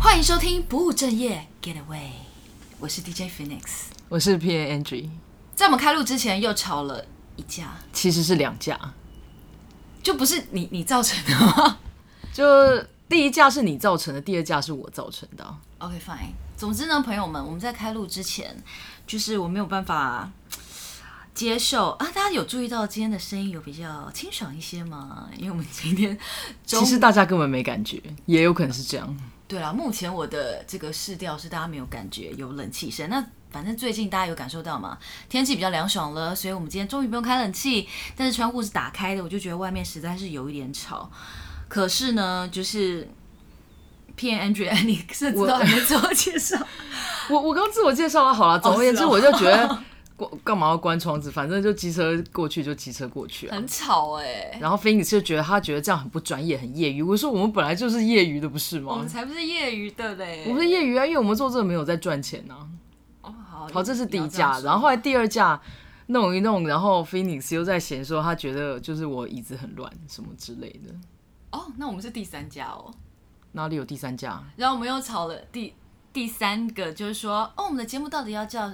欢迎收听不务正业 Getaway， 我是 DJ Phoenix， 我是 PA Andrew。 在我们开录之前又吵了一架， 其实是2架， 就不是你造成的吗？ 就第一架是你造成的，第2架是我造成的。 OK fine， 总之呢，朋友们，我们在开录之前，就是我没有办法接受啊！大家有注意到今天的声音有比较清爽一些吗？因为我们今天其实大家根本没感觉，也有可能是这样。 对啦，目前我的这个试调是大家没有感觉有冷气声。那反正最近大家有感受到嘛，天气比较凉爽了，所以我们今天终于不用开冷气，但是窗户是打开的，我就觉得外面实在是有一点吵。可是呢，就是骗 Andrew， 你甚至都还没自我介绍。 我刚自我介绍了，好了。总而言之，我就觉得干嘛要关窗子？反正就机车过去就机车过去啊， 很吵欸。 然后 Phoenix 就觉得这样很不专业，很业余。我说我们本来就是业余的，不是吗？ 我们才不是业余的嘞。 我们是业余啊，因为我们做这个没有在赚钱啊。 哦， 好，这是第一架，然后后来第2架弄一弄，然后 Phoenix 又在嫌说他觉得就是我椅子很乱什么之类的。 哦，那我们是第3架哦。 哪里有第3架？ 然后我们又吵了第3个，就是说，哦，我们的节目到底要叫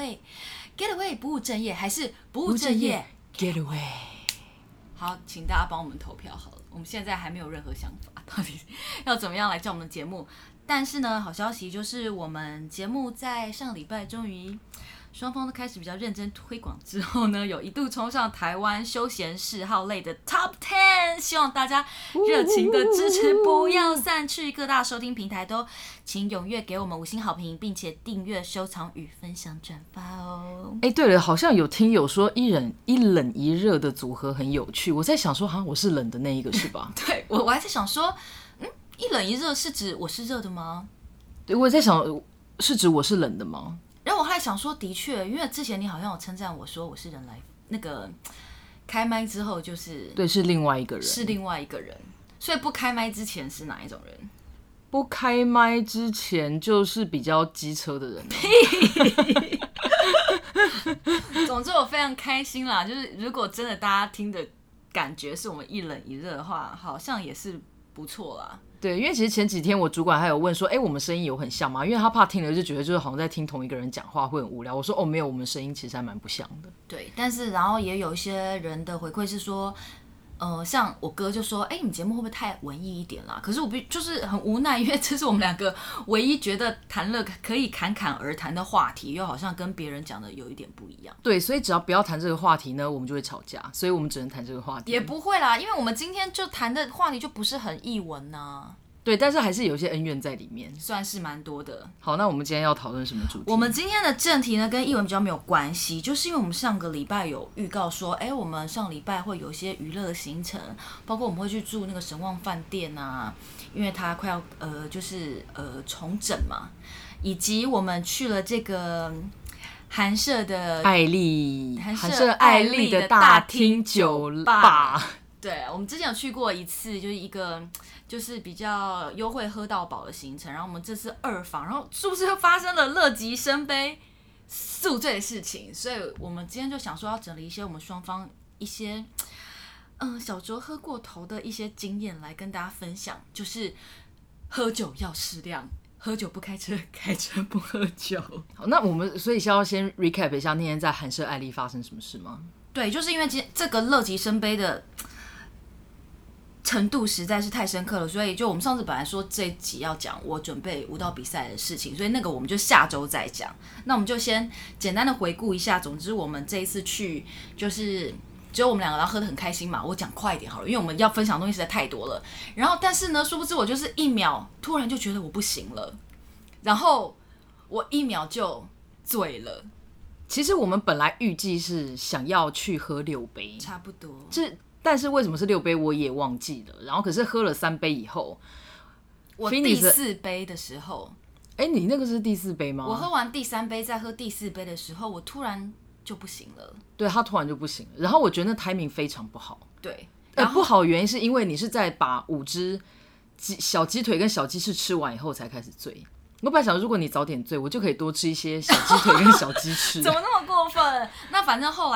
Getaway 不务正业，还是不务正业 Getaway？ 好，请大家帮我们投票好了。我们现在还没有任何想法，到底要怎么样来叫我们的节目。但是呢，好消息就是我们节目在上礼拜终于双方都开始比较认真推广之后呢，有一度冲上台湾休闲嗜好类的 Top 10，希望大家热情的支持不要散去，各大收听平台都请踊跃给我们5星好评，并且订阅、收藏与分享转发哦。 对了，好像有听友说一冷一热的组合很有趣，我在想说，好像我是冷的那一个是吧？ 对，我还在想说，一冷一热是指我是热的吗？ 对，我也在想是指我是冷的吗？ 然后我还想说，的确，因为之前你好像有称赞我说我是人来那个开麦之后就是对，是另外一个人， 是另外一个人，所以不开麦之前是哪一种人？ 不开麦之前就是比较机车的人。 总之我非常开心啦，就是如果真的大家听的感觉是我们一冷一热的话，好像也是不错啦。 对，因为其实前几天我主管还有问说，我们声音有很像吗？因为他怕听了就觉得就是好像在听同一个人讲话会很无聊。我说没有，我们声音其实还蛮不像的。 对，但是然后也有一些人的回馈是说，像我哥就说，你节目会不会太文艺一点啦？可是我就是很无奈，因为这是我们2个唯一觉得谈了可以侃侃而谈的话题，又好像跟别人讲的有一点不一样。 对，所以只要不要谈这个话题呢，我们就会吵架，所以我们只能谈这个话题。 也不会啦，因为我们今天就谈的话题就不是很艺文啊。 对，但是还是有一些恩怨在里面， 算是蛮多的。 好，那我们今天要讨论什么主题？ 我们今天的正题呢，跟艺文比较没有关系，就是因为我们上个礼拜有预告说，我们上礼拜会有一些娱乐的行程，包括我们会去住那个神旺饭店啊，因为它快要重整嘛，以及我们去了这个韩舍的韩舍爱丽的大厅酒吧。 对，我们之前有去过一次，就是一个就是比较优惠喝到饱的行程，然后我们这次2访，然后是不是发生了乐极生悲宿醉的事情？所以我们今天就想说要整理一些我们双方一些小酌喝过头的一些经验来跟大家分享，就是喝酒要适量，喝酒不开车，开车不喝酒。 好，那我们所以要先 recap 一下那天在韩舍爱丽发生什么事吗？ 对，就是因为这个乐极生悲的程度实在是太深刻了，所以就我们上次本来说这一集要讲我准备舞蹈比赛的事情，所以那个我们就下周再讲。那我们就先简单的回顾一下。总之我们这一次去就是只有我们2个，然后喝得很开心嘛。我讲快一点好了，因为我们要分享的东西实在太多了。然后但是呢，殊不知我就是1秒突然就觉得我不行了，然后我1秒就醉了。 其实我们本来预计是想要去喝6杯， 差不多。 但是为什么是6杯我也忘记了。然后可是喝了3杯以后， 我第4杯的时候， 你那个是第4杯吗？ 我喝完第3杯，再喝第4杯的时候，我突然就不行了。 对，他突然就不行了。然后我觉得那 timing 非常不好。 对， 不好的原因是因为你是在把5只小鸡腿跟小鸡翅吃完以后才开始醉。我本来想，如果你早点醉，我就可以多吃一些小鸡腿跟小鸡翅。 怎么那么过分？那反正后来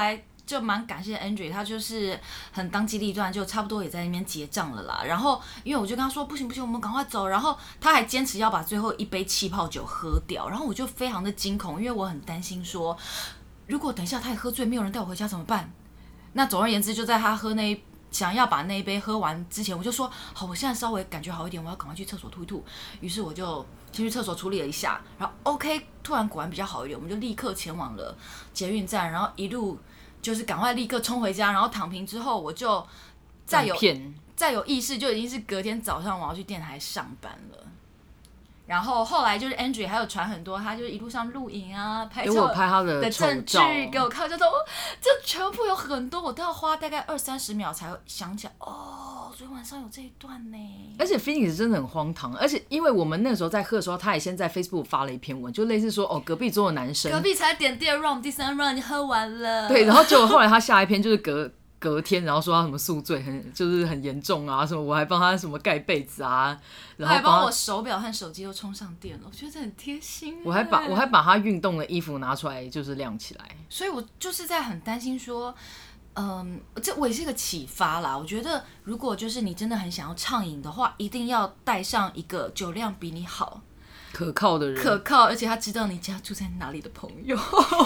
就蛮感谢 Andrew， 他就是很当机立断，就差不多也在那边结账了啦。然后因为我就跟他说不行不行，我们赶快走。然后他还坚持要把最后一杯气泡酒喝掉。然后我就非常的惊恐，因为我很担心说，如果等一下他也喝醉，没有人带我回家怎么办？那总而言之，就在他想要把那一杯喝完之前，我就说好，我现在稍微感觉好一点，我要赶快去厕所吐一吐。于是我就先去厕所处理了一下，然后 OK， 突然果然比较好一点，我们就立刻前往了捷运站，然后一路就是赶快立刻冲回家，然后躺平之后，我就再有意识，就已经是隔天早上我要去电台上班了。然后后来就是 Andrew 还有传很多，他就是一路上录影啊、拍照拍他的证据给我看，就说这全部有很多，我都要花大概20-30秒才想起来。哦，昨天晚上有这一段呢。 而且 Phoenix 真的很荒唐，而且因为我们那个时候在喝的时候，他也先在 Facebook 发了一篇文，就类似说隔壁桌的男生， 隔壁才点第2 round、第3 round 你喝完了。 对，然后结果后来他下一篇就是隔天，然后说他什么宿醉就是很严重啊，什么我还帮他什么盖被子啊，然后还帮我手表和手机都充上电了，我觉得这很贴心。 我还把他运动的衣服拿出来就是晾起来， 所以我就是在很担心说，这我也是一个启发啦。我觉得如果就是你真的很想要畅饮的话，一定要带上一个酒量比你好、 可靠的人， 而且他知道你家住在哪里的朋友。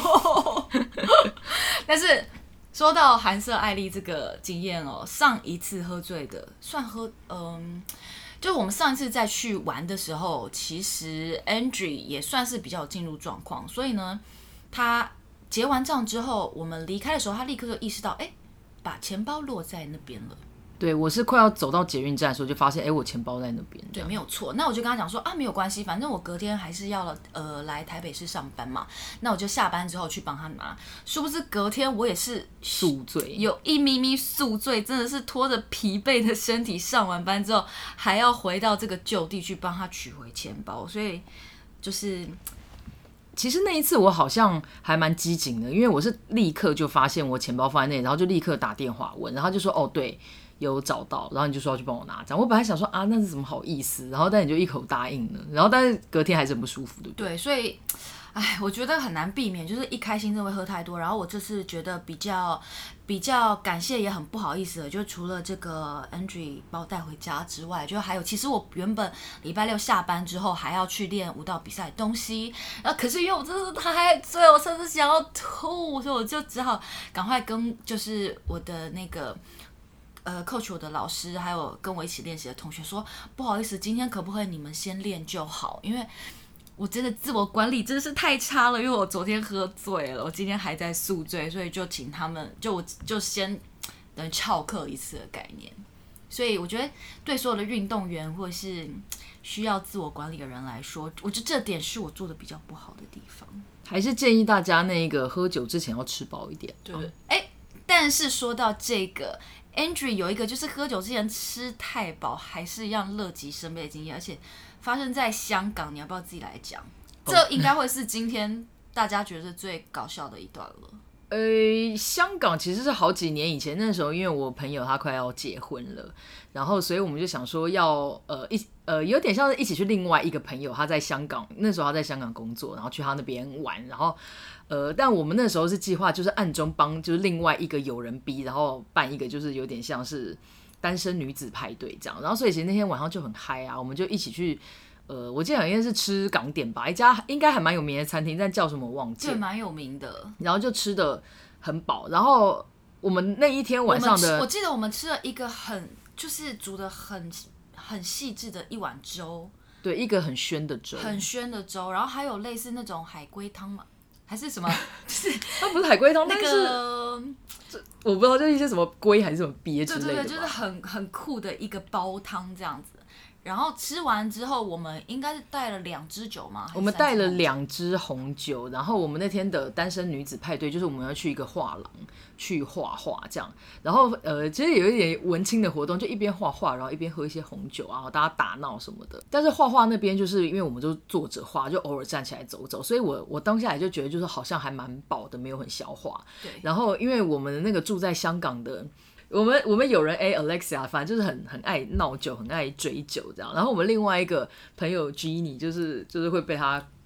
但是说到韩舍艾丽这个经验哦，上一次喝醉的就我们上一次再去玩的时候，其实 Andrew 也算是比较进入状况，所以呢，他结完账之后，我们离开的时候，他立刻就意识到，把钱包落在那边了。 对，我是快要走到捷运站的时候就发现，我钱包在那边。 对，没有错。那我就跟他讲说没有关系，反正我隔天还是要来台北市上班嘛。那我就下班之后去帮他拿。殊不知隔天我也是宿醉， 有一咪咪宿醉，真的是拖着疲惫的身体上完班之后，还要回到这个就地去帮他取回钱包，所以就是。 其实那一次我好像还蛮机警的，因为我是立刻就发现我钱包放在那里，然后就立刻打电话问，然后就说对，有找到，然后你就说要去帮我拿。这样我本来想说那是怎么好意思，然后但你就一口答应了，然后但是隔天还是很不舒服，对不对？ 对，所以我觉得很难避免，就是一开心真的会喝太多。然后我这次觉得比较感谢，也很不好意思的，就除了这个 Andrew 把我带回家之外，就还有其实我原本礼拜六下班之后还要去练舞蹈比赛的东西，然后可是因为我真的太醉了，我甚至想要吐，所以我就只好赶快跟就是我的那个。coach 我的老师还有跟我一起练习的同学说，不好意思，今天可不可以你们先练就好？因为我真的自我管理真的是太差了，因为我昨天喝醉了，我今天还在宿醉，所以就请他们我就先等翘课一次的概念。所以我觉得对所有的运动员或者是需要自我管理的人来说，我觉得这点是我做的比较不好的地方。 还是建议大家那个喝酒之前要吃饱一点。 对，但是说到这个。Andrew 有一个就是喝酒之前吃太饱，还是一样乐极生悲的经验，而且发生在香港。你要不要自己来讲？这应该会是今天大家觉得最搞笑的一段了。 香港其实是好几年以前，那时候因为我朋友他快要结婚了，然后所以我们就想说要有点像是一起去另外一个朋友，他在香港，那时候他在香港工作，然后去他那边玩，然后但我们那时候是计划就是暗中帮就是另外一个友人逼，然后办一个就是有点像是单身女子派对这样，然后所以其实那天晚上就很嗨啊，我们就一起去我记得应该是吃港点吧，一家应该还蛮有名的餐厅，但叫什么我忘记了， 对，蛮有名的。 然后就吃的很饱，然后我们那一天晚上的， 我记得我们吃了一个就是煮的很细致的一碗粥， 对，一个很鲜的粥， 然后还有类似那种海龟汤嘛。还是什么？就是它不是海龟汤， 那个我不知道，就是一些什么龟还是什么鳖之类的吧。 对，就是很酷的一个煲汤这样子。然后吃完之后，我们应该是带了2支酒吗？ 我们带了2支红酒，然后我们那天的单身女子派对就是我们要去一个画廊去画画这样，然后其实有一点文青的活动，就一边画画，然后一边喝一些红酒啊，大家打闹什么的。但是画画那边就是因为我们就坐着画，就偶尔站起来走走，所以我当下来就觉得就是好像还蛮饱的，没有很消化。 对。 然后因为我们那个住在香港的。我们有人Alexia， 反正就是很爱闹酒，很爱追酒这样。然后我们另外一个朋友 Jenny 就是会被他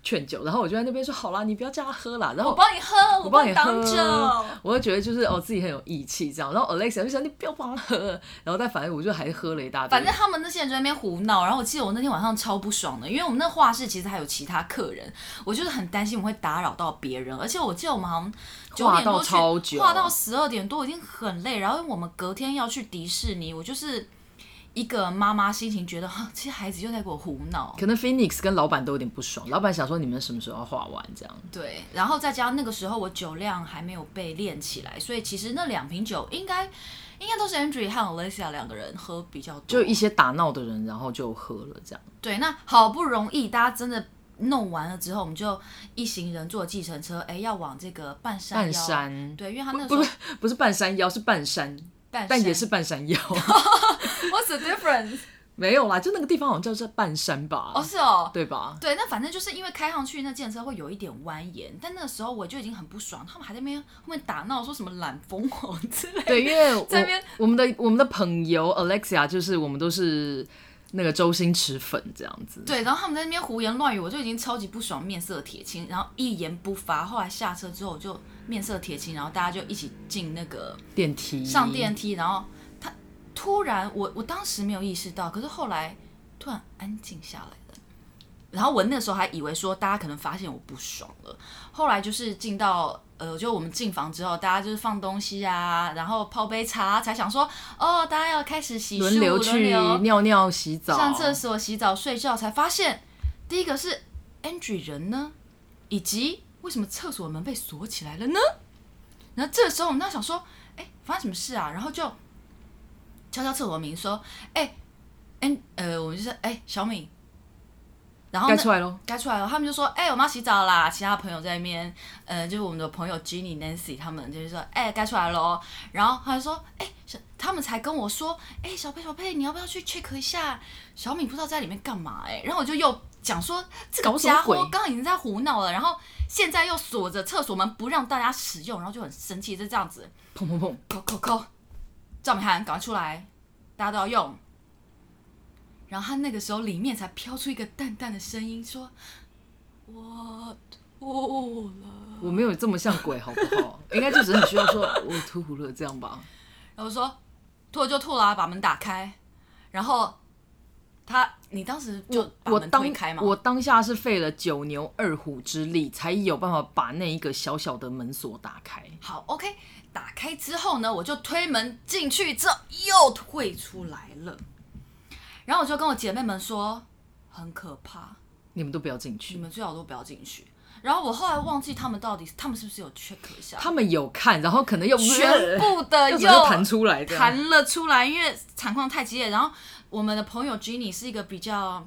劝酒，然后我就在那边说好啦，你不要叫他喝啦，然后我帮你喝，我帮你挡酒。 我就觉得就是自己很有义气这样，然后 Alexa 就想你不要帮他喝，然后但反正我就还是喝了一大堆。 反正他们那些人就在那边胡闹，然后我记得我那天晚上超不爽的，因为我们那画室其实还有其他客人，我就是很担心我会打扰到别人，而且我记得我们好像9点多去画到12点多，已经很累，然后我们隔天要去迪士尼，我就是一个妈妈心情觉得，这些孩子又在给我胡闹。 可能 Phoenix 跟老板都有点不爽，老板想说你们什么时候要画完这样。 对，然后再加上那个时候我酒量还没有被练起来，所以其实那2瓶酒应该都是 Andrew 和 Alessia 2个人喝比较多， 就一些打闹的人，然后就喝了这样。 对，那好不容易大家真的弄完了之后，我们就一行人坐计程车，要往这个半山腰。对，因为他那时候不是半山腰，是半山，但也是半山腰。 What's the difference？ 没有啦，就那个地方好像叫做半山吧。 是哦， 对吧？ 对，那反正就是因为开上去那计程车会有一点蜿蜒，但那个时候我就已经很不爽，他们还在那边后面打闹，说什么懒疯狂之类的。 对，因为在那边我们的朋友 Alexia 就是我们都是那个周星驰粉这样子。 对，然后他们在那边胡言乱语，我就已经超级不爽，面色铁青，然后一言不发。后来下车之后，我就面色铁青，然后大家就一起进那个电梯， 上电梯，然后他突然我当时没有意识到，可是后来突然安静下来了。然后我那时候还以为说大家可能发现我不爽了，后来就是进到就我们进房之后，大家就是放东西啊，然后泡杯茶，才想说大家要开始洗漱， 轮流去尿尿、洗澡、 上厕所、洗澡、睡觉，才发现第一个是 Andrew 人呢，以及为什么厕所门被锁起来了呢？然后这个时候我们想说，发生什么事啊？然后就敲敲厕所门说，我们就说，小米。然后该出来咯， 该出来了。他们就说，我们要洗澡啦。其他朋友在那边，就是我们的朋友 Ginny、Nancy 他们就是说，该出来咯。然后他就说，他们才跟我说，小佩，你要不要去 check 一下？小米不知道在里面干嘛然后我就又讲说，这个家伙刚刚已经在胡闹了，然后现在又锁着厕所门不让大家使用，然后就很生气，就这样子， 砰砰砰， 扣，赵美涵赶快出来，大家都要用。然后他那个时候里面才飘出一个淡淡的声音说：“我吐了。” 我没有这么像鬼，好不好？应该就只是很需要说“我吐了”这样吧。 然后我说：“吐了就吐了，把门打开。”然后你当时就把门推开吗？ 我当下是费了9牛2虎之力，才有办法把那一个小小的门锁打开。 好 ，OK， 打开之后呢，我就推门进去，之后又退出来了。然后我就跟我姐妹们说，很可怕， 你们都不要进去， 你们最好都不要进去。然后我后来忘记他们是不是有 check 一下， 他们有看，然后可能又全部的又弹出来， 弹了出来，因为惨况太激烈。然后我们的朋友 Ginny 是一个比较，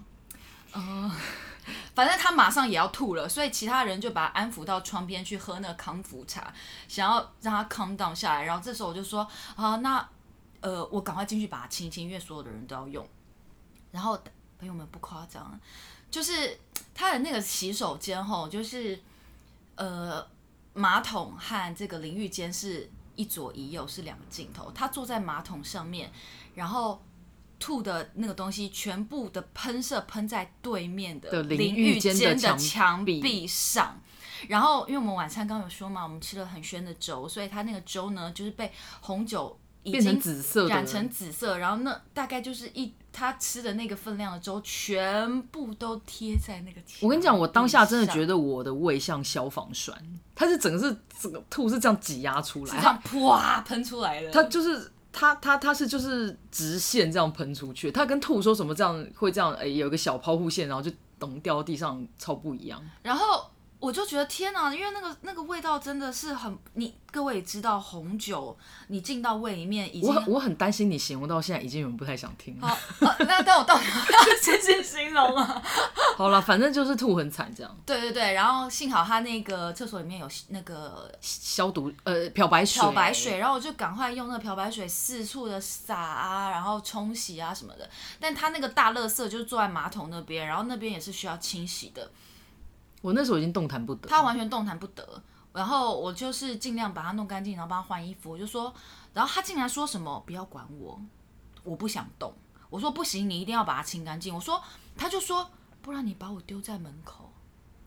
反正他马上也要吐了，所以其他人就把他安抚到窗边去喝那个康复茶，想要让他 calm down 下来。然后这时候我就说，那我赶快进去把它清一清，因为所有的人都要用。然后朋友们不夸张，就是他的那个洗手间就是马桶和这个淋浴间是一左一右，是2个镜头。他坐在马桶上面，然后吐的那个东西全部的喷射喷在对面的淋浴间的墙壁上。然后因为我们晚餐刚有说嘛，我们吃了很鲜的粥，所以他那个粥呢就是被红酒变成紫色， 染成紫色，然后那大概就是他吃的那个分量的粥全部都贴在那个墙壁上。 我跟你讲，我当下真的觉得我的胃像消防栓，它是整个吐是这样挤压出来， 是这样啪喷出来的。 它就是它是就是直线这样喷出去，它跟吐说什么这样会这样有一个小抛物线，然后就咚掉到地上，超不一样。 然后我就觉得天哪，因为那个味道真的是很，各位也知道红酒你进到胃里面已经， 我很担心你形容到现在已经有人不太想听了。 好，但我到底要先形容啊？ 好了，反正就是吐很惨这样。 对，然后幸好他那个厕所里面有那个消毒漂白水， 然后我就赶快用那个漂白水四处的洒啊，然后冲洗啊什么的。但他那个大垃圾就是坐在马桶那边，然后那边也是需要清洗的。 我那时候已经动弹不得， 他完全动弹不得，然后我就是尽量把他弄干净，然后帮他换衣服。我就说，然后他竟然说什么不要管我，我不想动。我说不行，你一定要把它清干净。他就说不然你把我丢在门口。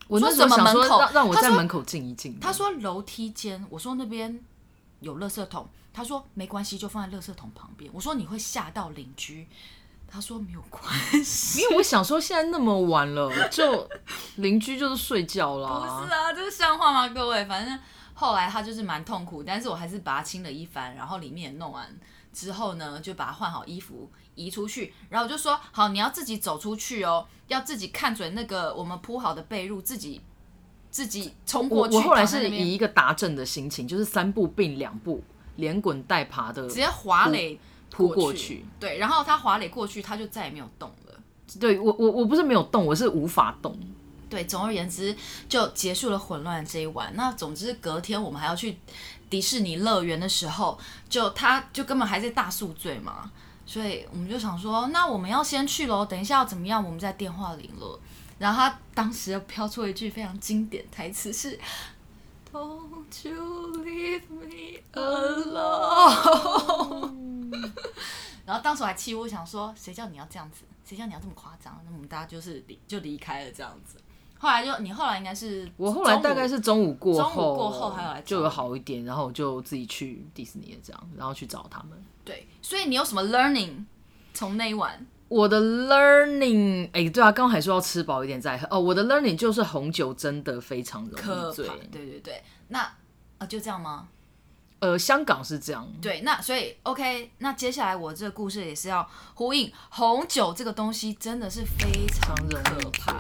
我那时候想说说让我在门口静一静。 他说楼梯间，我说那边有垃圾桶，他说没关系，就放在垃圾桶旁边。我说你会吓到邻居，他说没有关系， 因为我想说现在那么晚了，就邻居就是睡觉啦。 不是啊，这是像话吗？各位，反正后来他就是蛮痛苦，但是我还是把他清了一番，然后里面也弄完之后呢，就把他换好衣服移出去，然后我就说好，你要自己走出去哦，要自己看准那个我们铺好的被褥，自己冲过去。 我后来是以一个达阵的心情，就是3步并2步，连滚带爬的直接滑垒扑过去。 对，然后他滑垒过去，他就再也没有动了。 对，我不是没有动，我是无法动。 对，总而言之就结束了混乱这一晚。那总之隔天我们还要去迪士尼乐园的时候，他就根本还在大宿醉嘛，所以我们就想说，那我们要先去咯，等一下要怎么样，我们在电话联络。然后他当时又飘出一句非常经典台词是 Don't you leave me alone 然后当时我还气我想说，谁叫你要这样子，谁叫你要这么夸张，那我们大家就离开了这样子。后来你后来应该是我后来大概是中午过后还有来就有好一点，然后我就自己去迪士尼这样，然后去找他们。 对，所以你有什么 learning 从那一晚？ 我的 learning， 对啊，刚刚还说要吃饱一点再喝。我的 learning 就是红酒真的非常容易醉。 对对对，那就这样吗？ 香港是这样。 对，那所以 OK， 那接下来我这个故事也是要呼应红酒这个东西真的是非常可怕。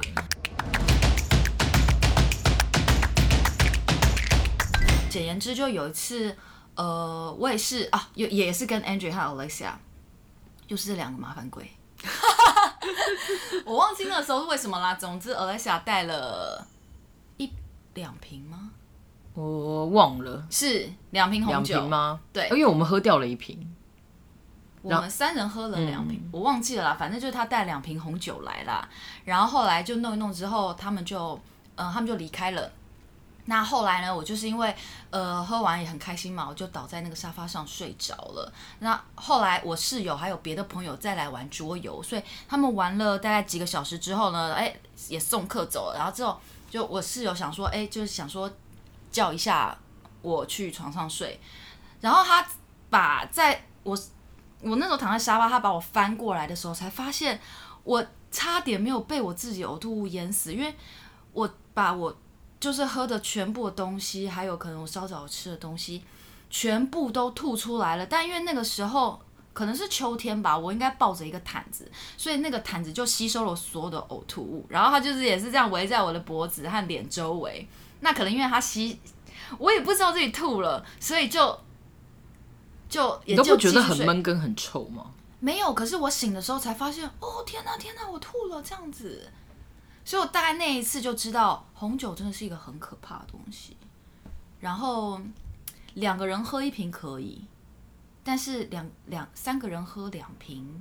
简言之，就有一次，我也是啊，也是跟 Andrew 和 Alexia， 就是这2个麻烦鬼。我忘记那时候是为什么啦。总之 ，Alexia 带了1-2瓶吗？ 我忘了， 是2瓶红酒 2瓶吗？ 对， 因为我们喝掉了1瓶。 我们3人喝了2瓶，我忘记了啦。反正就是他带2瓶红酒来啦，然后后来就弄一弄之后，他们就离开了。那后来呢，我就是因为喝完也很开心嘛，我就倒在那个沙发上睡着了。那后来我室友还有别的朋友再来玩桌游，所以他们玩了大概几个小时之后呢，也送客走了。然后之后就我室友想说，就是想说叫一下我去床上睡，然后他在我那时候躺在沙发，他把我翻过来的时候，才发现我差点没有被我自己呕吐物淹死，因为我把我就是喝的全部的东西，还有可能我稍早吃的东西，全部都吐出来了。但因为那个时候可能是秋天吧，我应该抱着一个毯子，所以那个毯子就吸收了所有的呕吐物，然后它就是也是这样围在我的脖子和脸周围。那可能因为它我也不知道自己吐了，所以就你都不觉得很闷跟很臭吗？ 没有，可是我醒的时候才发现，哦天哪天哪，我吐了这样子。所以我大概那一次就知道红酒真的是一个很可怕的东西。然后2个人喝1瓶可以，但是3个人喝2瓶，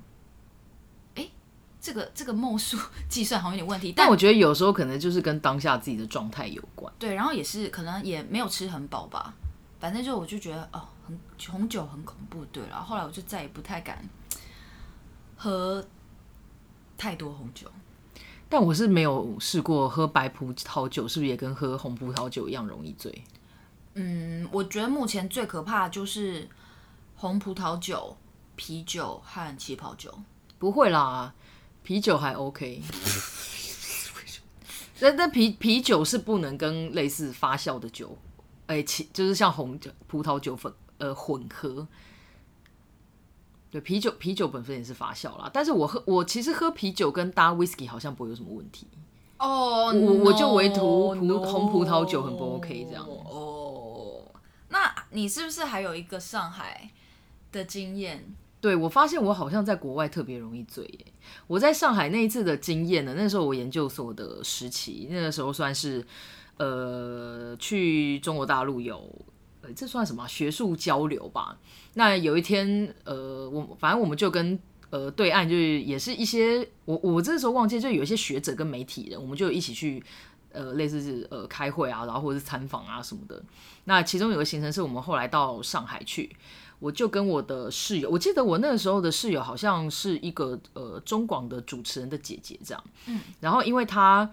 这个梦数计算好像有点问题。 但我觉得有时候可能就是跟当下自己的状态有关。 对，然后也是可能也没有吃很饱吧，反正我就觉得红酒很恐怖。对了，后来我就再也不太敢喝太多红酒。 但我是没有试过喝白葡萄酒，是不是也跟喝红葡萄酒一样容易醉？ 我觉得目前最可怕的就是红葡萄酒、啤酒和起泡酒。 不会啦，啤酒还 OK。但啤酒是不能跟类似发酵的酒，就是像红酒、葡萄酒混合。对，啤酒本身也是发酵啦，但是我其实喝啤酒跟搭 whisky 好像不会有什么问题。我就唯独红葡萄酒很不 OK 这样。 那你是不是还有一个上海的经验？ 对，我发现我好像在国外特别容易醉耶。我在上海那一次的经验呢，那时候我研究所的时期，那个时候算是去中国大陆有。这算什么学术交流吧？那有一天，反正我们就跟对岸就是也是一些我这时候忘记，就有一些学者跟媒体人，我们就一起去类似是开会啊，然后或者是参访啊什么的。那其中有个行程是我们后来到上海去，我就跟我的室友，我记得我那个时候的室友好像是一个中广的主持人的姐姐这样，然后因为她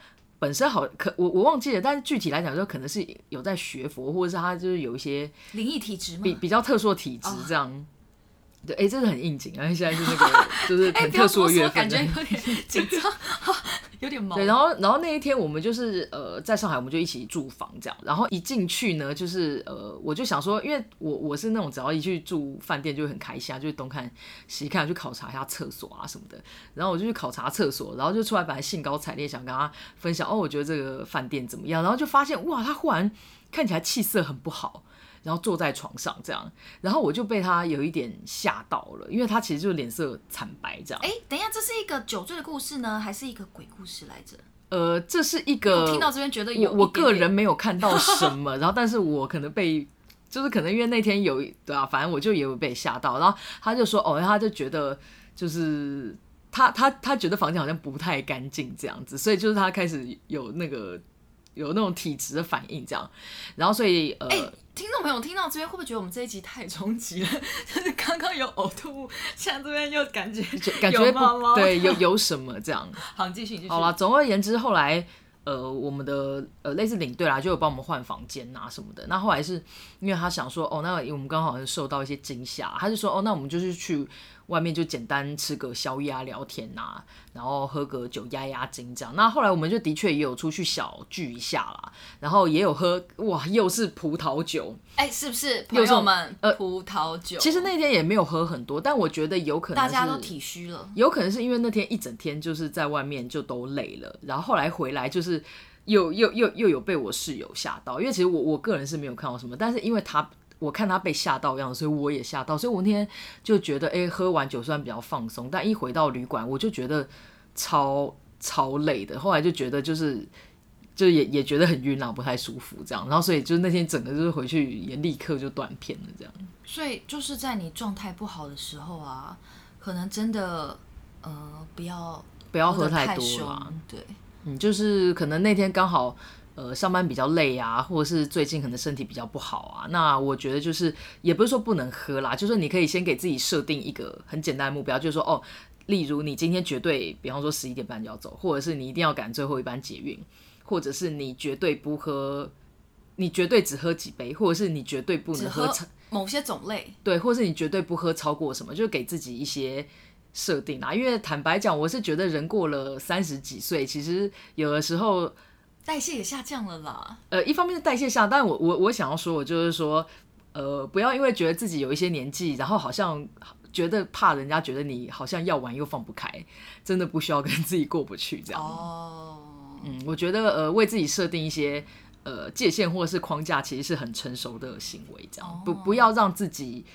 本身我忘记了，但是具体来讲，就可能是有在学佛，或者是他就是有一些灵异体质嘛， 比较特殊的体质这样。对，这个很应景啊！现在是那个就是很特殊的月份， 感觉有点紧张，有点毛。 对，然后那一天我们就是在上海，我们就一起住房这样。然后一进去呢，就是我就想说，因为我是那种只要一去住饭店就会很开心啊，就会东看西看，去考察一下厕所啊什么的。然后我就去考察厕所，然后就出来，本来兴高采烈想跟他分享我觉得这个饭店怎么样，然后就发现哇，他忽然看起来气色很不好。然后坐在床上这样，然后我就被他有一点吓到了，因为他其实就是脸色惨白这样。 等一下，这是一个酒醉的故事呢，还是一个鬼故事来着？ 这是一个， 我听到这边觉得有我个人没有看到什么，然后但是我可能就是可能因为那天对啊，反正我就也有被吓到，然后他就说他就觉得就是他觉得房间好像不太干净这样子，所以就是他开始有那种体质的反应这样，然后所以听众朋友听到这边会不会觉得我们这一集太冲击了？就是刚刚有呕吐物，现在这边又感觉有猫猫， 对，有什么这样？ 好，继续。 好啦，总而言之，后来我们的类似领队啦，就有帮我们换房间啊什么的。那后来是因为他想说，那我们刚好受到一些惊吓，他就说，那我们就是去外面就简单吃个宵夜啊，聊天啊，然后喝个酒压压惊这样。那后来我们就的确也有出去小聚一下啦，然后也有喝，哇，又是葡萄酒， 是不是朋友们？葡萄酒。 其实那天也没有喝很多，但我觉得有可能是大家都体虚了， 有可能是因为那天一整天就是在外面就都累了，然后后来回来就是又有被我室友吓到，因为其实我个人是没有看到什么，但是因为我看他被吓到一样，所以我也吓到，所以我那天就觉得，喝完酒虽然比较放松，但一回到旅馆我就觉得超累的，后来就觉得就也觉得很晕啊，不太舒服这样，然后所以就是那天整个就是回去也立刻就断片了这样。 所以就是在你状态不好的时候啊，可能真的不要喝太多啦， 对， 就是可能那天刚好。上班比较累啊，或者是最近可能身体比较不好啊，那我觉得就是也不是说不能喝啦，就是你可以先给自己设定一个很简单的目标，就是说例如你今天绝对，比方说11点半就要走，或者是你一定要赶最后一班捷运，或者是你绝对不喝，你绝对只喝几杯，或者是你绝对不能喝某些种类， 对，或者是你绝对不喝超过什么，就给自己一些设定啦。因为坦白讲，我是觉得人过了30几岁，其实有的时候。 代谢也下降了啦。 一方面是代谢下，但我想要说，我就是说，不要因为觉得自己有一些年纪，然后好像觉得怕人家觉得你好像要玩又放不开，真的不需要跟自己过不去这样。我觉得为自己设定一些界限或者是框架，其实是很成熟的行为，这样不要让自己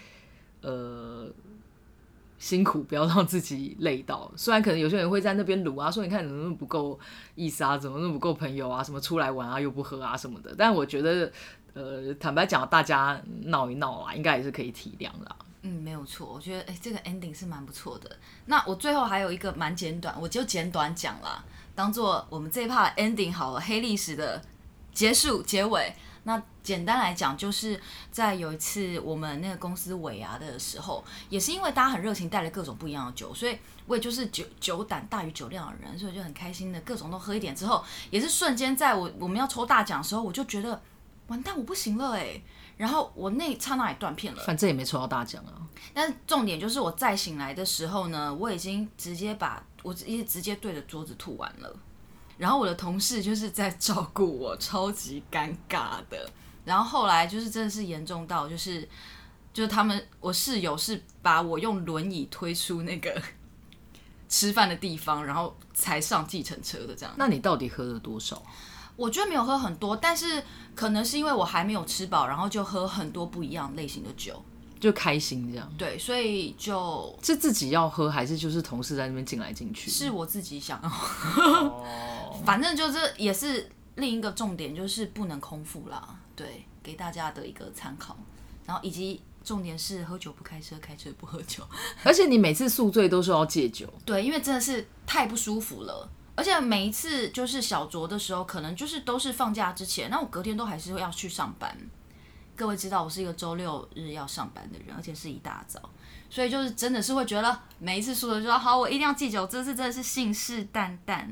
辛苦，不要让自己累到。虽然可能有些人会在那边撸啊，说你看怎么那么不够意思啊，怎么那么不够朋友啊，什么出来玩啊又不喝啊什么的。但我觉得，坦白讲，大家闹一闹啊，应该也是可以体谅啦。 没有错，我觉得这个 ending 是蛮不错的。那我最后还有一个蛮简短，我就简短讲啦，当做我们这一 part ending 好了，黑历史的结尾。那简单来讲，就是在有一次我们那个公司尾牙的时候，也是因为大家很热情，带了各种不一样的酒，所以我也就是酒胆大于酒量的人，所以我就很开心的各种都喝一点之后，也是瞬间在我们要抽大奖的时候，我就觉得完蛋，我不行了然后我那刹那也断片了， 反正也没抽到大奖啊。 但是重点就是我再醒来的时候呢，我已经直接对着桌子吐完了。然后我的同事就是在照顾我，超级尴尬的。然后后来就是真的是严重到就是我室友是把我用轮椅推出那个吃饭的地方，然后才上计程车的这样。 那你到底喝了多少？ 我觉得没有喝很多，但是可能是因为我还没有吃饱，然后就喝很多不一样类型的酒。 就开心这样。 对，所以就是自己要喝，还是就是同事在那边进来进去？ 是我自己想要喝。反正就是也是另一个重点，就是不能空腹啦。对，给大家的一个参考。然后以及重点是喝酒不开车，开车不喝酒。 而且你每次宿醉都是要戒酒。 对，因为真的是太不舒服了。而且每一次就是小酌的时候，可能就是都是放假之前，那我隔天都还是要去上班。各位知道我是一个周六日要上班的人，而且是一大早，所以就是真的是会觉得每一次输了就说好，我一定要戒酒，这次真的是信誓旦旦。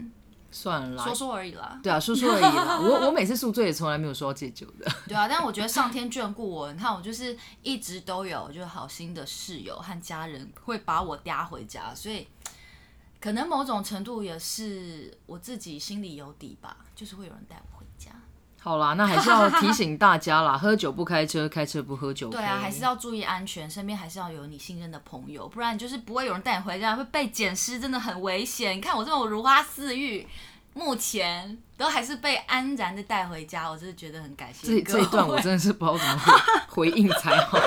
算了啦， 说说而已啦。 对啊，说说而已啦。我每次宿醉也从来没有说要戒酒的。 对啊，但我觉得上天眷顾我，你看我就是一直都有就是好心的室友和家人会把我嗲回家，所以可能某种程度也是我自己心里有底吧，就是会有人带我回家。 好啦，那还是要提醒大家啦，喝酒不开车，开车不喝酒。 对啊，还是要注意安全，身边还是要有你信任的朋友，不然你就是不会有人带你回家，会被捡尸，真的很危险。你看我这种如花似玉，目前都还是被安然的带回家，我真的觉得很感谢各位。 这一段我真的是不知道怎么回应才好。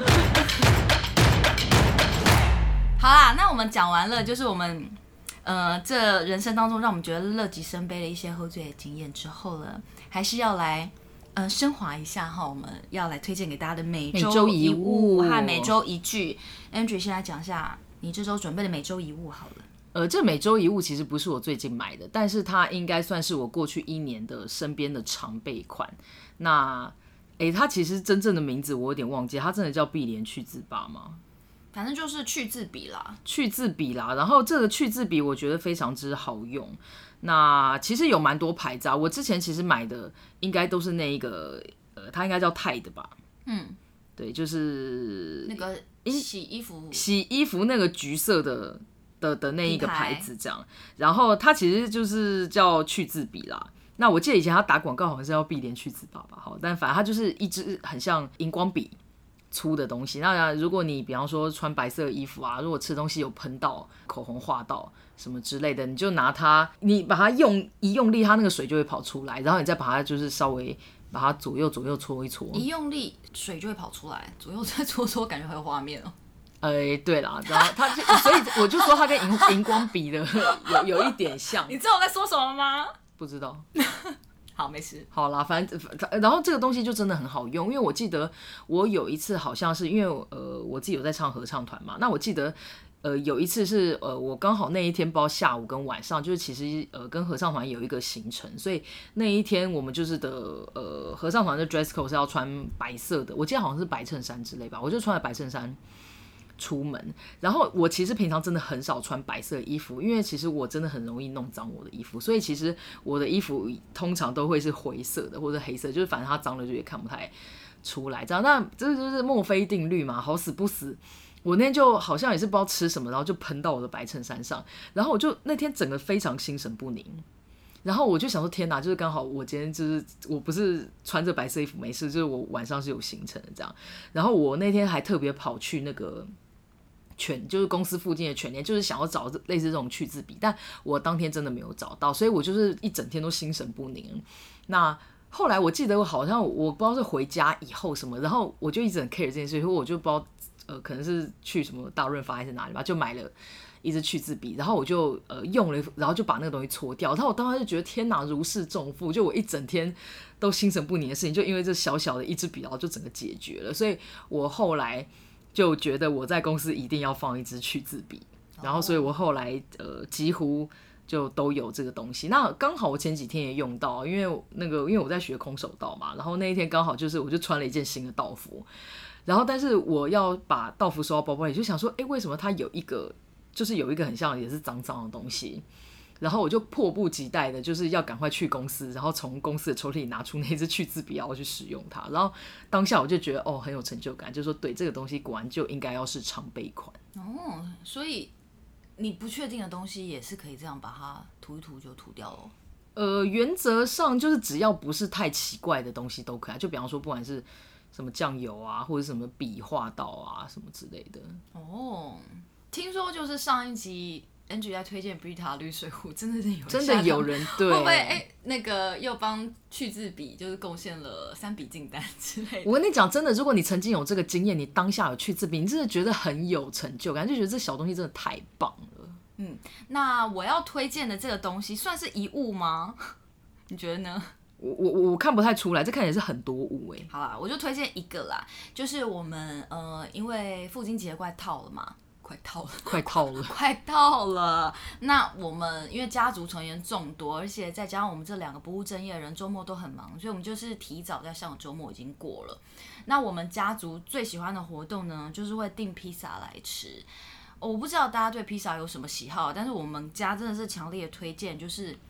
好啦，那我们讲完了，就是我们这人生当中让我们觉得乐极生悲的一些喝醉的经验之后呢，还是要来升华一下哈，我们要来推荐给大家的每周一物和每周一句。Andrew 先来讲一下你这周准备的每周一物好了。 这每周一物其实不是我最近买的，但是它应该算是我过去1年的身边的常备款。那它其实真正的名字我有点忘记，它真的叫碧莲去渍拔吗？ 反正就是去渍笔啦， 去渍笔啦。然后这个去渍笔我觉得非常之好用。那其实有蛮多牌子啊，我之前其实买的应该都是那一个它应该叫泰的吧？对，就是那个洗衣服那个橘色的那一个牌子这样。然后它其实就是叫去渍笔啦。那我记得以前它打广告好像是要碧莲去渍拔吧，好，但反正它就是一支很像荧光笔粗的东西。那如果你比方说穿白色的衣服啊，如果吃东西有喷到口红画到什么之类的，你就拿它，你把它一用力，它那个水就会跑出来，然后你再把它就是稍微把它左右搓一搓， 一用力水就会跑出来，左右再搓，感觉很有画面哦。 对啦，然后它所以我就说它跟荧光笔的有一点像。 你知道我在说什么吗？ 不知道。 好，没事。 好啦，反正然后这个东西就真的很好用，因为我记得我有一次好像是因为我自己有在唱合唱团嘛，那我记得有一次是我刚好那一天包下午跟晚上，就是其实跟合唱团有一个行程，所以那一天我们就是合唱团的 dress code 是要穿白色的，我记得好像是白衬衫之类吧，我就穿了白衬衫出门。然后我其实平常真的很少穿白色的衣服，因为其实我真的很容易弄脏我的衣服，所以其实我的衣服通常都会是灰色的或者黑色，就是反正它脏了就也看不太出来这样。那这就是墨菲定律嘛，好死不死我那天就好像也是不知道吃什么，然后就喷到我的白衬衫上，然后我就那天整个非常心神不宁。然后我就想说天哪，就是刚好我今天就是我不是穿着白色衣服没事，就是我晚上是有行程的这样。然后我那天还特别跑去那个就是公司附近的全联，就是想要找类似这种去渍笔，但我当天真的没有找到，所以我就是一整天都心神不宁。那后来我记得好像我不知道是回家以后什么，然后我就一直很 care 这件事，所以我就不知道可能是去什么大润发还是哪里吧，就买了一支去渍笔，然后我就用了，然后就把那个东西搓掉。然后我当时就觉得天哪，如释重负，就我一整天都心神不宁的事情，就因为这小小的一支笔，然后就整个解决了。所以我后来就觉得我在公司一定要放一支去渍笔，然后所以我后来几乎就都有这个东西。那刚好我前几天也用到，因为我在学空手道嘛，然后那一天刚好就是我就穿了一件新的道服，然后但是我要把道服收到包包里，就想说为什么它有一个很像也是脏脏的东西，然后我就迫不及待的就是要赶快去公司，然后从公司的抽屉里拿出那支去渍笔，然后去使用它。然后当下我就觉得很有成就感，就是说对，这个东西果然就应该要是常备款。 所以你不确定的东西也是可以这样把它涂一涂就涂掉了。 原则上就是只要不是太奇怪的东西都可以，就比方说不管是什么酱油啊，或者什么笔画到啊什么之类的。 听说就是上一集 Angie 在推荐 Brita 绿水壶，真的有人对， 会不会那个又帮去渍笔就是贡献了3笔进单之类的？ 我跟你讲，真的，如果你曾经有这个经验，你当下有去渍笔，你真的觉得很有成就感，就觉得这小东西真的太棒了。 那我要推荐的这个东西算是一物吗？你觉得呢？ 我看不太出来，这看起来是很多物好啦，我就推荐一个啦，就是我们因为父亲节快到了嘛。快到了。那我们因为家族成员众多，而且再加上我们这2个不务正业的人周末都很忙，所以我们就是提早在上个周末已经过了。那我们家族最喜欢的活动呢，就是会订披萨来吃。我不知道大家对披萨有什么喜好，但是我们家真的是强烈推荐，就是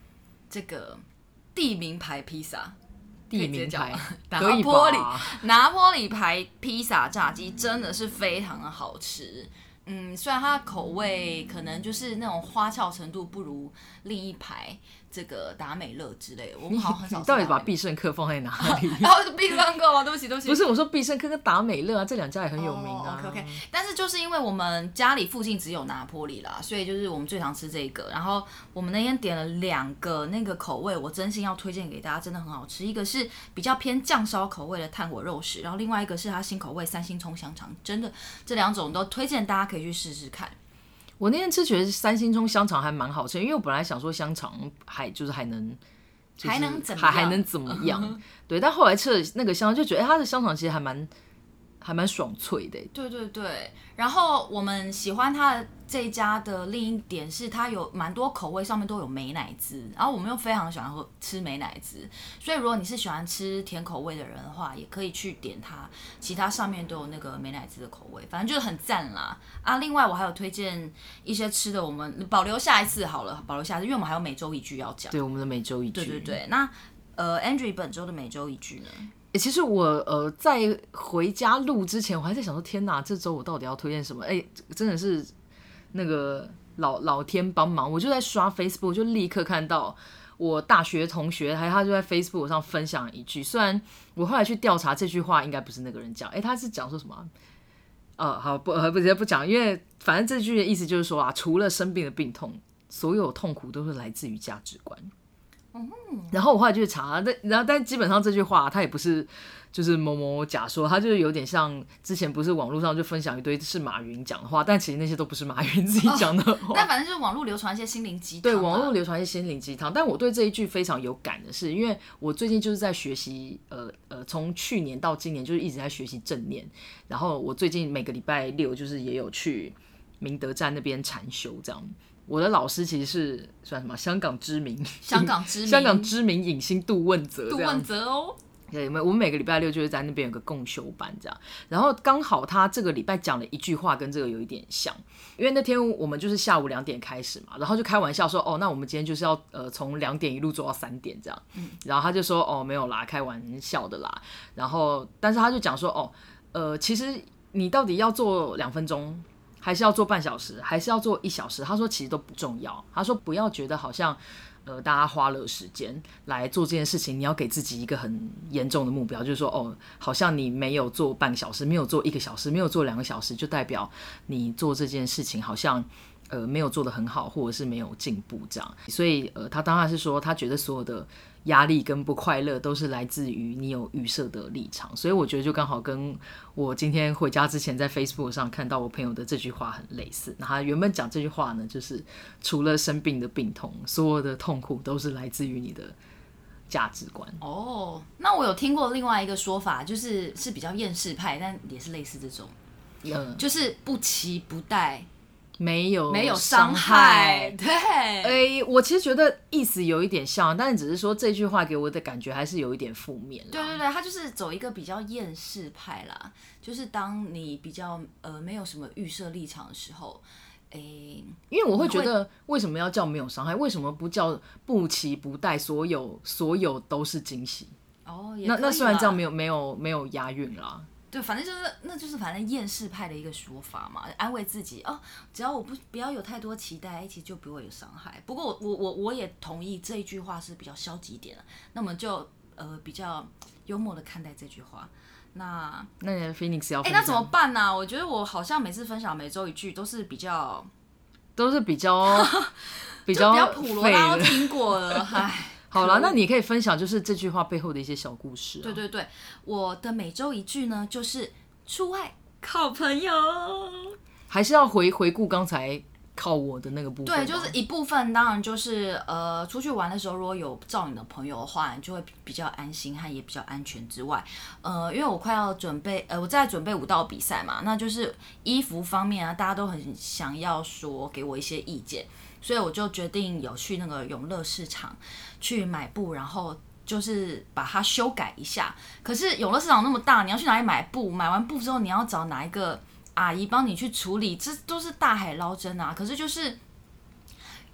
这个地名牌披萨。 地名牌可以吧？拿坡里牌披萨炸鸡真的是非常的好吃。虽然它的口味可能就是那种花俏程度不如另一排这个达美乐之类的，我们好像很少吃。 你到底把必胜客放在哪里？ 然后必胜客吗？对不起。 不是，我说必胜客跟达美乐啊，这两家也很有名啊。 OK， 但是就是因为我们家里附近只有拿坡里啦，所以就是我们最常吃这个。然后我们那天点了2个那个口味，我真心要推荐给大家，真的很好吃。一个是比较偏酱烧口味的炭火肉食，然后另外一个是它新口味3星葱香肠，真的这2种都推荐大家可以去试试看。 我那天吃觉得3星葱香肠还蛮好吃，因为我本来想说香肠还能怎么样？对，但后来吃了那个香肠，就觉得它的香肠其实还蛮爽脆的。 对，然后我们喜欢它的这一家的另一点是它有蛮多口味上面都有美乃滋，然后我们又非常喜欢吃美乃滋，所以如果你是喜欢吃甜口味的人的话，也可以去点它，其他上面都有那个美乃滋的口味，反正就是很赞啦。另外我还有推荐一些吃的，我们保留下一次好了，因为我们还有每周一句要讲。 对，我们的每周一句。 对，那Andrew 本周的每周一句呢？ 其实我在回家录之前，我还在想说，天哪，这周我到底要推荐什么？真的是那个老天帮忙，我就在刷 Facebook， 就立刻看到我大学同学，他就在 Facebook 上分享一句。虽然我后来去调查这句话应该不是那个人讲，他是讲说什么？好，直接不讲，因为反正这句的意思就是说啊，除了生病的病痛，所有痛苦都是来自于价值观。然后我后来就去查，但基本上这句话它也不是就是某某假说，它就是有点像之前不是网络上就分享一堆是马云讲的话，但其实那些都不是马云自己讲的话。 但反正就是网络流传一些心灵鸡汤。 对，网络流传一些心灵鸡汤。但我对这一句非常有感的是，因为我最近就是在学习，从去年到今年就是一直在学习正念。然后我最近每个礼拜6就是也有去明德站那边禅修这样。我的老师其实是算什么？香港知名影星杜汶泽哦。 对，我们每个礼拜6就是在那边有个共修班这样，然后刚好他这个礼拜讲了一句话跟这个有一点像，因为那天我们就是下午2点开始嘛，然后就开玩笑说那我们今天就是要从2点一路做到3点这样，然后他就说没有啦，开玩笑的啦，然后但是他就讲说其实你到底要做2分钟。还是要做半小时，还是要做1小时？他说其实都不重要。他说不要觉得好像大家花了时间来做这件事情，你要给自己一个很严重的目标，就是说好像你没有做半个小时，没有做1个小时，没有做2个小时，就代表你做这件事情好像没有做得很好，或者是没有进步这样。所以他当然是说，他觉得所有的压力跟不快乐都是来自于你有预设的立场，所以我觉得就刚好跟我今天回家之前在 Facebook 上看到我朋友的这句话很类似。那他原本讲这句话呢，就是除了生病的病痛，所有的痛苦都是来自于你的价值观。 那我有听过另外一个说法，就是比较厌世派，但也是类似这种，就是不期不待。没有伤害，对。 我其实觉得意思有一点像，但是只是说这句话给我的感觉还是有一点负面啦。 对，他就是走一个比较厌世派啦，就是当你比较没有什么预设立场的时候，因为我会觉得为什么要叫没有伤害？为什么不叫不期不待？所有都是惊喜。那虽然这样没有押韵啦。 对，反正反正厌世派的一个说法嘛，安慰自己只要我不要有太多期待，其实就不会有伤害。不过我也同意这一句话是比较消极一点的，那我们就比较幽默的看待这句话。那你的 Phoenix 要分享那怎么办呢？我觉得我好像每次分享每周一句都是比较比较普罗，大家都听过了，唉。 好了，那你可以分享就是这句话背后的一些小故事。 对，我的每周一句呢，就是出外靠朋友， 还是要回顾刚才靠我的那个部分。 对，就是一部分，当然就是出去玩的时候，如果有照你的朋友的话，你就会比较安心和也比较安全之外，因为我快要准备，我在准备舞蹈比赛嘛，那就是衣服方面啊，大家都很想要说给我一些意见。所以我就决定有去那个永乐市场去买布，然后就是把它修改一下。可是永乐市场那么大，你要去哪里买布？买完布之后，你要找哪一个阿姨帮你去处理？这都是大海捞针啊！可是就是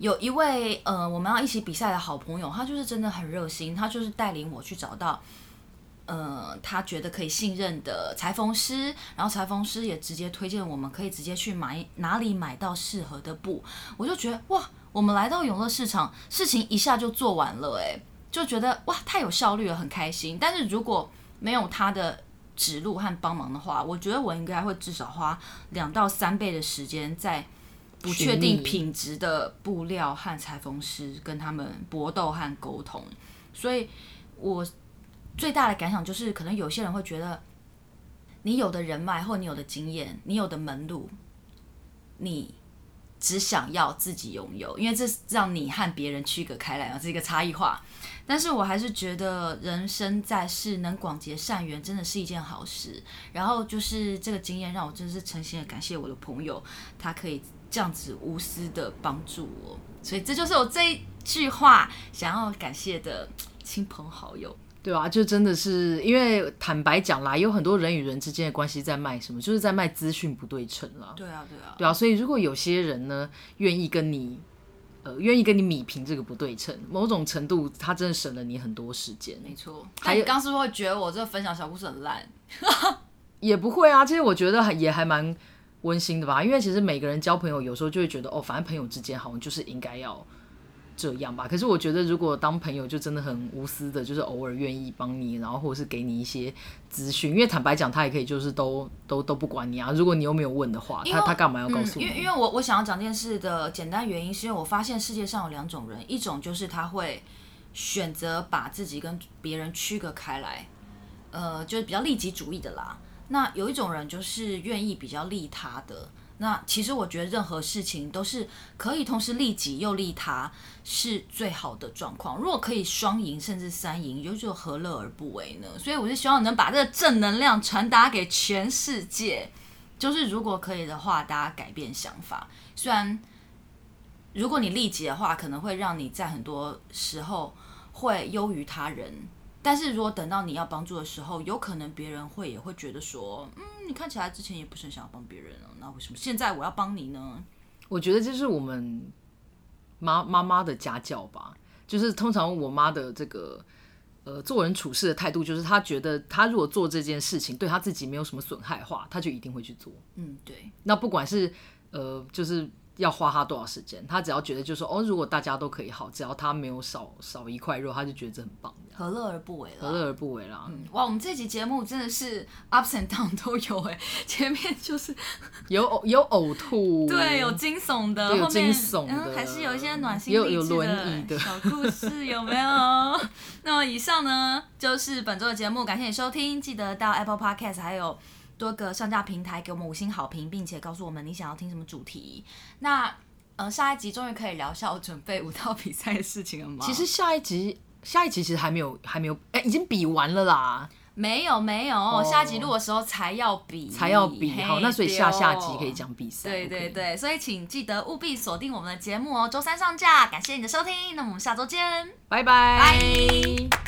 有一位我们要一起比赛的好朋友，他就是真的很热心，他就是带领我去找到他觉得可以信任的裁缝师，然后裁缝师也直接推荐我们可以直接去哪里买到适合的布。我就觉得哇，我们来到永乐市场，事情一下就做完了就觉得哇太有效率了，很开心。但是如果没有他的指路和帮忙的话，我觉得我应该会至少花2到3倍的时间在不确定品质的布料和裁缝师跟他们搏斗和沟通。所以我最大的感想就是，可能有些人会觉得，你有的人脉或你有的经验，你有的门路，你只想要自己拥有，因为这让你和别人区隔开来，这是一个差异化。但是我还是觉得人生在世，能广结善缘真的是一件好事。然后就是这个经验让我真的是诚心的感谢我的朋友，他可以这样子无私的帮助我，所以这就是我这一句话想要感谢的亲朋好友。 对啊，就真的是因为坦白讲啦，有很多人与人之间的关系在卖什么，就是在卖资讯不对称啦。 对啊，对啊， 对啊，所以如果有些人呢愿意跟你弭平这个不对称，某种程度他真的省了你很多时间。 没错。但你刚是不是会觉得我这个分享小故事很烂？ 也不会啊，其实我觉得也还蛮温馨的吧，因为其实每个人交朋友有时候就会觉得反正朋友之间好像就是应该要这样吧。可是我觉得如果当朋友就真的很无私的，就是偶尔愿意帮你，然后或者是给你一些资讯，因为坦白讲他也可以就是都不管你啊，如果你又没有问的话，他干嘛要告诉你？ 因为我想要讲这件事的简单原因是因为我发现世界上有2种人，一种就是他会选择把自己跟别人区隔开来，就是比较利己主义的啦。那有一种人就是愿意比较利他的。那其实我觉得任何事情都是可以同时利己又利他，是最好的状况。如果可以双赢甚至3赢，就何乐而不为呢？所以我是希望能把这个正能量传达给全世界。就是如果可以的话，大家改变想法。虽然如果你利己的话，可能会让你在很多时候会优于他人。但是如果等到你要帮助的时候，有可能别人也会觉得说，你看起来之前也不是很想要帮别人了，那为什么现在我要帮你呢？ 我觉得这是我们妈妈的家教吧，就是通常我妈的这个做人处事的态度，就是她觉得她如果做这件事情对她自己没有什么损害的话，她就一定会去做。 对。 那不管是就是要花他多少时间，他只要觉得就是说如果大家都可以好，只要他没有少一块肉，他就觉得这很棒， 何乐而不为啦。 何乐而不为啦。 哇，我们这集节目真的是 ups and down 都有前面就是有呕吐， 对，有惊悚的， 有惊悚的， 还是有一些暖心励志的小故事，有没有？那么以上呢就是本周的节目，感谢你收听，记得到 Apple Podcast 还有多个上架平台给我们5星好评，并且告诉我们你想要听什么主题。那下一集终于可以聊一下我准备舞蹈比赛的事情了吗？ 其实下一集其实还没有，已经比完了啦。 没有，下一集录的时候才要比。 好，那所以下集可以讲比赛。 对，所以请记得务必锁定我们的节目周3上架。感谢你的收听，那我们下周见， 拜拜。